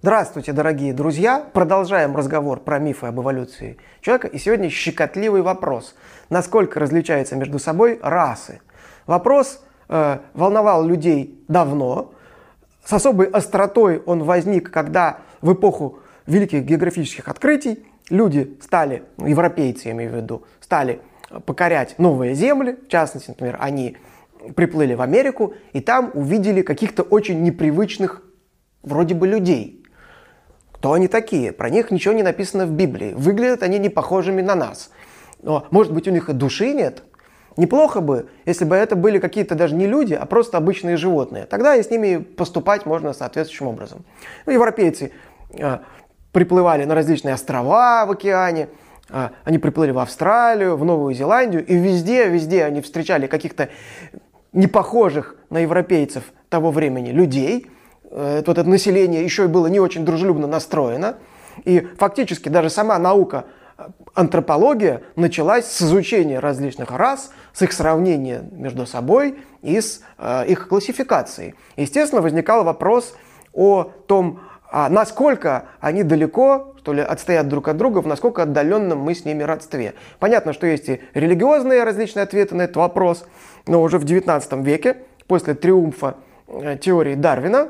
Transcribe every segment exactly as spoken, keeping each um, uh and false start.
Здравствуйте, дорогие друзья! Продолжаем разговор про мифы об эволюции человека. И сегодня щекотливый вопрос. Насколько различаются между собой расы? Вопрос э, волновал людей давно. С особой остротой он возник, когда в эпоху великих географических открытий люди стали, ну, европейцы, я имею в виду, стали покорять новые земли. В частности, например, они приплыли в Америку и там увидели каких-то очень непривычных вроде бы людей. Кто они такие? Про них ничего не написано в Библии. Выглядят они не похожими на нас. Но, может быть, у них и души нет? Неплохо бы, если бы это были какие-то даже не люди, а просто обычные животные. Тогда и с ними поступать можно соответствующим образом. Ну, европейцы э, приплывали на различные острова в океане, э, они приплыли в Австралию, в Новую Зеландию, и везде, везде они встречали каких-то непохожих на европейцев того времени людей. Вот это население еще и было не очень дружелюбно настроено. И фактически даже сама наука антропология началась с изучения различных рас, с их сравнения между собой и с э, их классификацией. Естественно, возникал вопрос о том, а насколько они далеко, что ли, отстоят друг от друга, в насколько отдаленном мы с ними родстве. Понятно, что есть и религиозные различные ответы на этот вопрос, но уже в девятнадцатом веке, после триумфа э, теории Дарвина,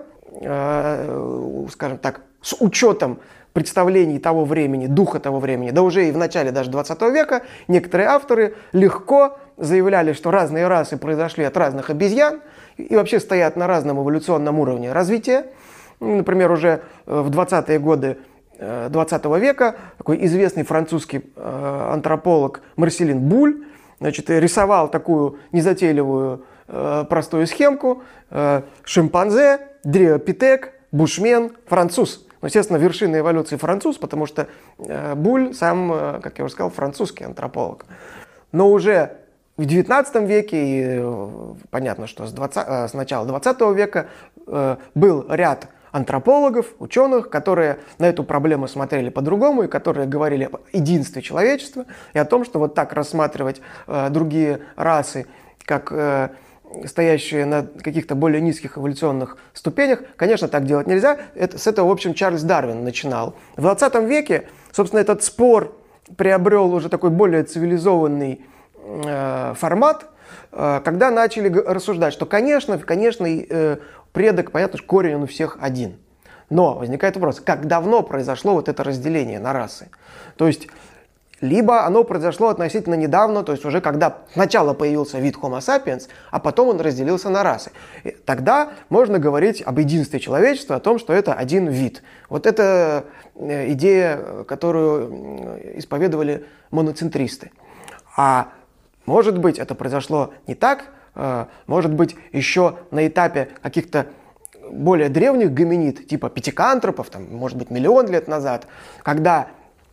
скажем так, с учетом представлений того времени, духа того времени, да уже и в начале даже двадцатого века, некоторые авторы легко заявляли, что разные расы произошли от разных обезьян и вообще стоят на разном эволюционном уровне развития. Например, уже в двадцатые годы двадцатого века такой известный французский антрополог Марселин Буль, значит, рисовал такую незатейливую простую схемку: шимпанзе, дриопитек, бушмен, француз. Ну, естественно, вершина эволюции француз, потому что э, Буль сам, э, как я уже сказал, французский антрополог. Но уже в девятнадцатом веке, и э, понятно, что с, двадцатого, э, с начала двадцатого века э, был ряд антропологов, ученых, которые на эту проблему смотрели по-другому и которые говорили об единстве человечества и о том, что вот так рассматривать э, другие расы, как э, стоящие на каких-то более низких эволюционных ступенях, конечно, так делать нельзя. Это, с этого, в общем, Чарльз Дарвин начинал. В двадцатом веке, собственно, этот спор приобрел уже такой более цивилизованный э, формат, э, когда начали рассуждать, что, конечно, конечно, э, предок, понятно, что корень он у всех один. Но возникает вопрос, как давно произошло вот это разделение на расы? То есть либо оно произошло относительно недавно, то есть уже когда сначала появился вид Homo sapiens, а потом он разделился на расы. И тогда можно говорить об единстве человечества, о том, что это один вид. Вот это идея, которую исповедовали моноцентристы. А может быть, это произошло не так, может быть, еще на этапе каких-то более древних гоминид, типа пятикантропов, там, может быть, миллион лет назад, когда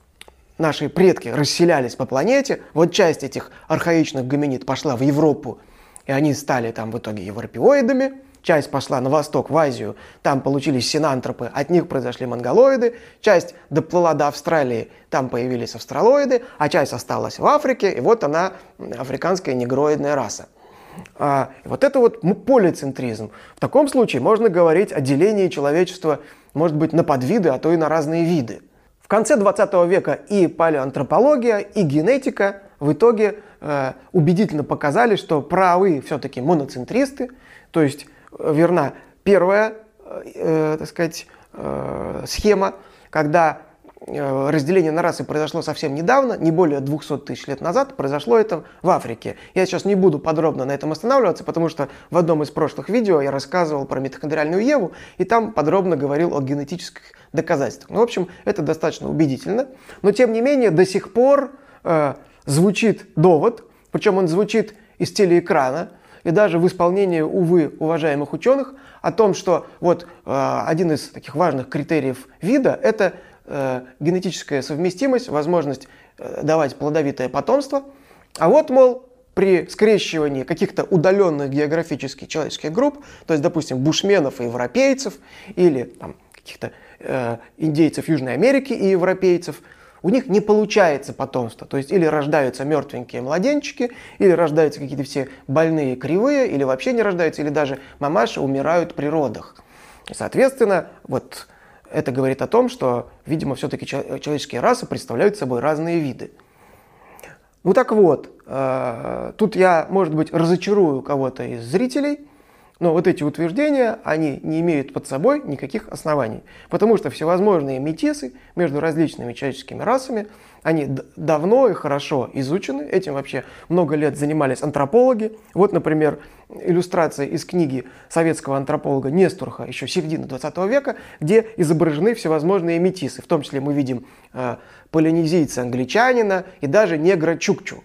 наши предки расселялись по планете, вот часть этих архаичных гоминид пошла в Европу, и они стали там в итоге европеоидами, часть пошла на восток, в Азию, там получились синантропы, от них произошли монголоиды, часть доплыла до Австралии, там появились австралоиды, а часть осталась в Африке, и вот она, африканская негроидная раса. А, вот это вот полицентризм. В таком случае можно говорить о делении человечества, может быть, на подвиды, а то и на разные виды. В конце двадцатого века и палеоантропология, и генетика в итоге э, убедительно показали, что правы все-таки моноцентристы, то есть верна первая, э, так сказать, э, схема, когда э, разделение на расы произошло совсем недавно, не более двухсот тысяч лет назад, произошло это в Африке. Я сейчас не буду подробно на этом останавливаться, потому что в одном из прошлых видео я рассказывал про митохондриальную Еву, и там подробно говорил о генетических доказательствах. Ну, в общем, это достаточно убедительно. Но, тем не менее, до сих пор э, звучит довод, причем он звучит из телеэкрана, и даже в исполнении, увы, уважаемых ученых, о том, что вот э, один из таких важных критериев вида – это э, генетическая совместимость, возможность э, давать плодовитое потомство. А вот, мол, при скрещивании каких-то удаленных географически человеческих групп, то есть, допустим, бушменов и европейцев, или там, каких-то э, индейцев Южной Америки и европейцев, у них не получается потомство. То есть или рождаются мертвенькие младенчики, или рождаются какие-то все больные, кривые, или вообще не рождаются, или даже мамаши умирают при родах. И, соответственно, вот Это говорит о том, что, видимо, все-таки человеческие расы представляют собой разные виды. Ну так вот, тут я, может быть, разочарую кого-то из зрителей, но вот эти утверждения, они не имеют под собой никаких оснований. Потому что всевозможные метисы между различными человеческими расами, они давно и хорошо изучены. Этим вообще много лет занимались антропологи. Вот, например, иллюстрация из книги советского антрополога Нестурха еще середины двадцатого века, где изображены всевозможные метисы. В том числе мы видим э, полинезийца-англичанина и даже негра Чукчу.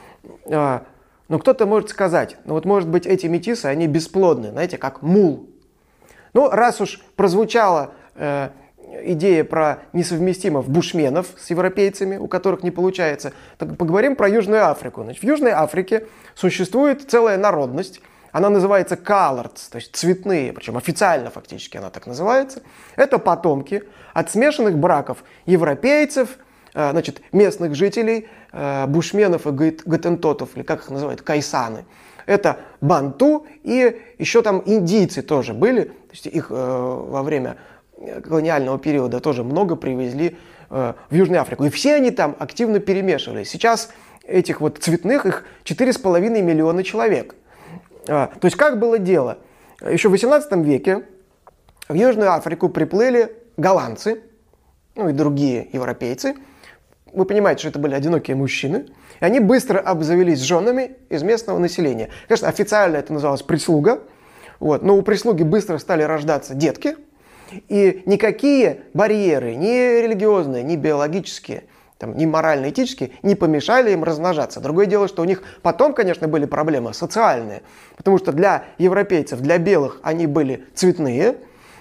Э, Но кто-то может сказать, ну вот может быть эти метисы, они бесплодны, знаете, как мул. Ну раз уж прозвучала э, идея про несовместимых бушменов с европейцами, у которых не получается, так поговорим про Южную Африку. Значит, в Южной Африке существует целая народность, она называется coloureds, то есть цветные, причем официально фактически она так называется. Это потомки от смешанных браков европейцев, значит, местных жителей, бушменов и гаттентотов, или как их называют, кайсаны. Это банту и еще там индийцы тоже были. То есть их во время колониального периода тоже много привезли в Южную Африку. И все они там активно перемешивались. Сейчас этих вот цветных, их четыре с половиной миллиона человек. То есть как было дело? Еще в восемнадцатом веке в Южную Африку приплыли голландцы, ну и другие европейцы. Вы понимаете, что это были одинокие мужчины. И они быстро обзавелись женами из местного населения. Конечно, официально это называлось прислуга. Вот, но у прислуги быстро стали рождаться детки. И никакие барьеры, ни религиозные, ни биологические, там, ни морально-этические, не помешали им размножаться. Другое дело, что у них потом, конечно, были проблемы социальные. Потому что для европейцев, для белых они были цветные.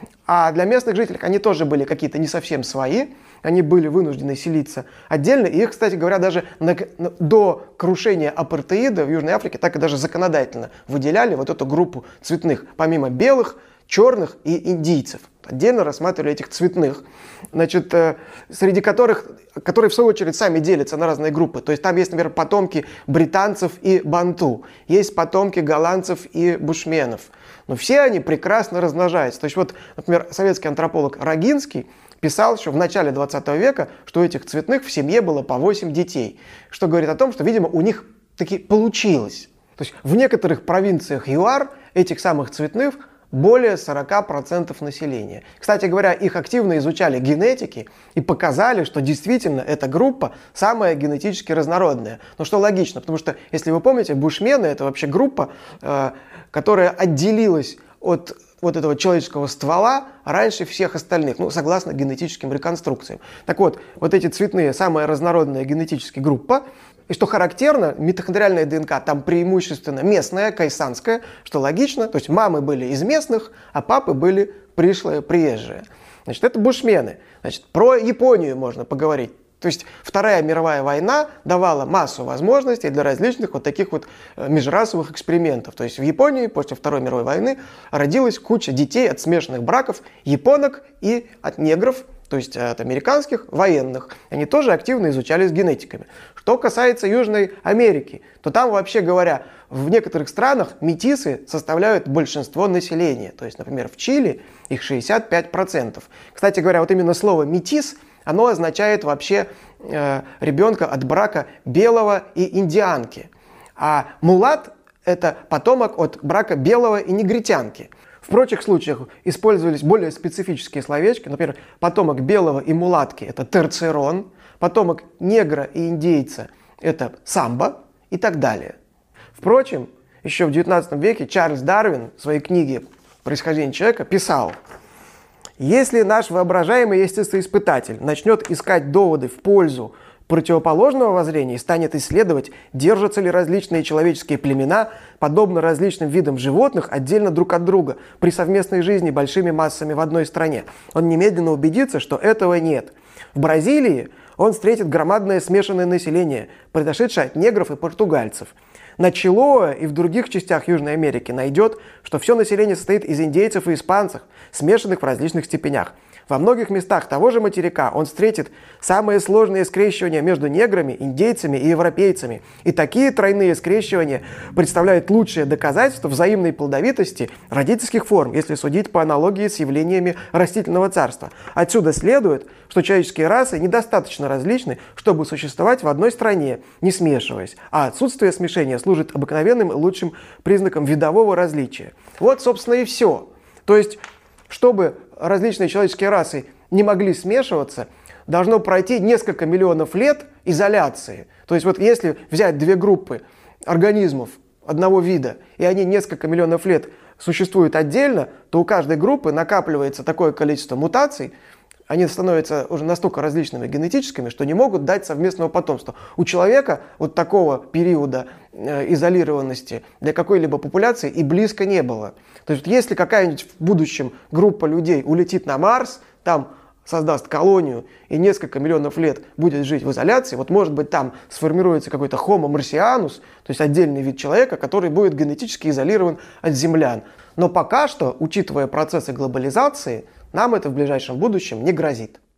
А для местных жителей они тоже были какие-то не совсем свои. Они были вынуждены селиться отдельно. И их, кстати говоря, даже на, на, до крушения апартеида в Южной Африке так и даже законодательно выделяли вот эту группу цветных. Помимо белых, черных и индийцев. Отдельно рассматривали этих цветных, значит, э, среди которых, которые в свою очередь сами делятся на разные группы. То есть там есть, например, потомки британцев и банту. Есть потомки голландцев и бушменов. Но все они прекрасно размножаются. То есть вот, например, советский антрополог Рогинский писал еще в начале двадцатого века, что у этих цветных в семье было по восемь детей. Что говорит о том, что, видимо, у них таки получилось. То есть в некоторых провинциях ЮАР этих самых цветных более сорока процентов населения. Кстати говоря, их активно изучали генетики и показали, что действительно эта группа самая генетически разнородная. Но что логично, потому что, если вы помните, бушмены — это вообще группа, э, которая отделилась от вот этого человеческого ствола раньше всех остальных, ну, согласно генетическим реконструкциям. Так вот, вот эти цветные — самая разнородная генетически группа. И что характерно, митохондриальная ДНК там преимущественно местная, кайсанская, что логично. То есть мамы были из местных, а папы были пришлые, приезжие. Значит, это бушмены. Значит, про Японию можно поговорить. То есть Вторая мировая война давала массу возможностей для различных вот таких вот межрасовых экспериментов. То есть в Японии после Второй мировой войны родилась куча детей от смешанных браков японок и от негров, то есть от американских военных. Они тоже активно изучались генетиками. Что касается Южной Америки, то там, вообще говоря, в некоторых странах метисы составляют большинство населения. То есть, например, в Чили их шестьдесят пять процентов. Кстати говоря, вот именно слово «метис», оно означает вообще э, ребенка от брака белого и индианки. А мулат – это потомок от брака белого и негритянки. В прочих случаях использовались более специфические словечки. Например, потомок белого и мулатки – это терцерон, потомок негра и индейца – это самбо и так далее. Впрочем, еще в девятнадцатом веке Чарльз Дарвин в своей книге «Происхождение человека» писал: «Если наш воображаемый естествоиспытатель начнет искать доводы в пользу противоположного воззрения и станет исследовать, держатся ли различные человеческие племена, подобно различным видам животных, отдельно друг от друга, при совместной жизни большими массами в одной стране, он немедленно убедится, что этого нет. В Бразилии он встретит громадное смешанное население, произошедшее от негров и португальцев. На Чилоа и в других частях Южной Америки найдет, что все население состоит из индейцев и испанцев, смешанных в различных степенях. Во многих местах того же материка он встретит самые сложные скрещивания между неграми, индейцами и европейцами. И такие тройные скрещивания представляют лучшее доказательство взаимной плодовитости родительских форм, если судить по аналогии с явлениями растительного царства. Отсюда следует, что человеческие расы недостаточно различны, чтобы существовать в одной стране, не смешиваясь, а отсутствие смешения служит обыкновенным и лучшим признаком видового различия. Вот, собственно, и все. То есть, чтобы различные человеческие расы не могли смешиваться, должно пройти несколько миллионов лет изоляции. То есть вот если взять две группы организмов одного вида, и они несколько миллионов лет существуют отдельно, то у каждой группы накапливается такое количество мутаций, они становятся уже настолько различными генетическими, что не могут дать совместного потомства. У человека вот такого периода э, изолированности для какой-либо популяции и близко не было. То есть если какая-нибудь в будущем группа людей улетит на Марс, там создаст колонию и несколько миллионов лет будет жить в изоляции, вот может быть там сформируется какой-то Homo marcianus, то есть отдельный вид человека, который будет генетически изолирован от землян. Но пока что, учитывая процессы глобализации, нам это в ближайшем будущем не грозит.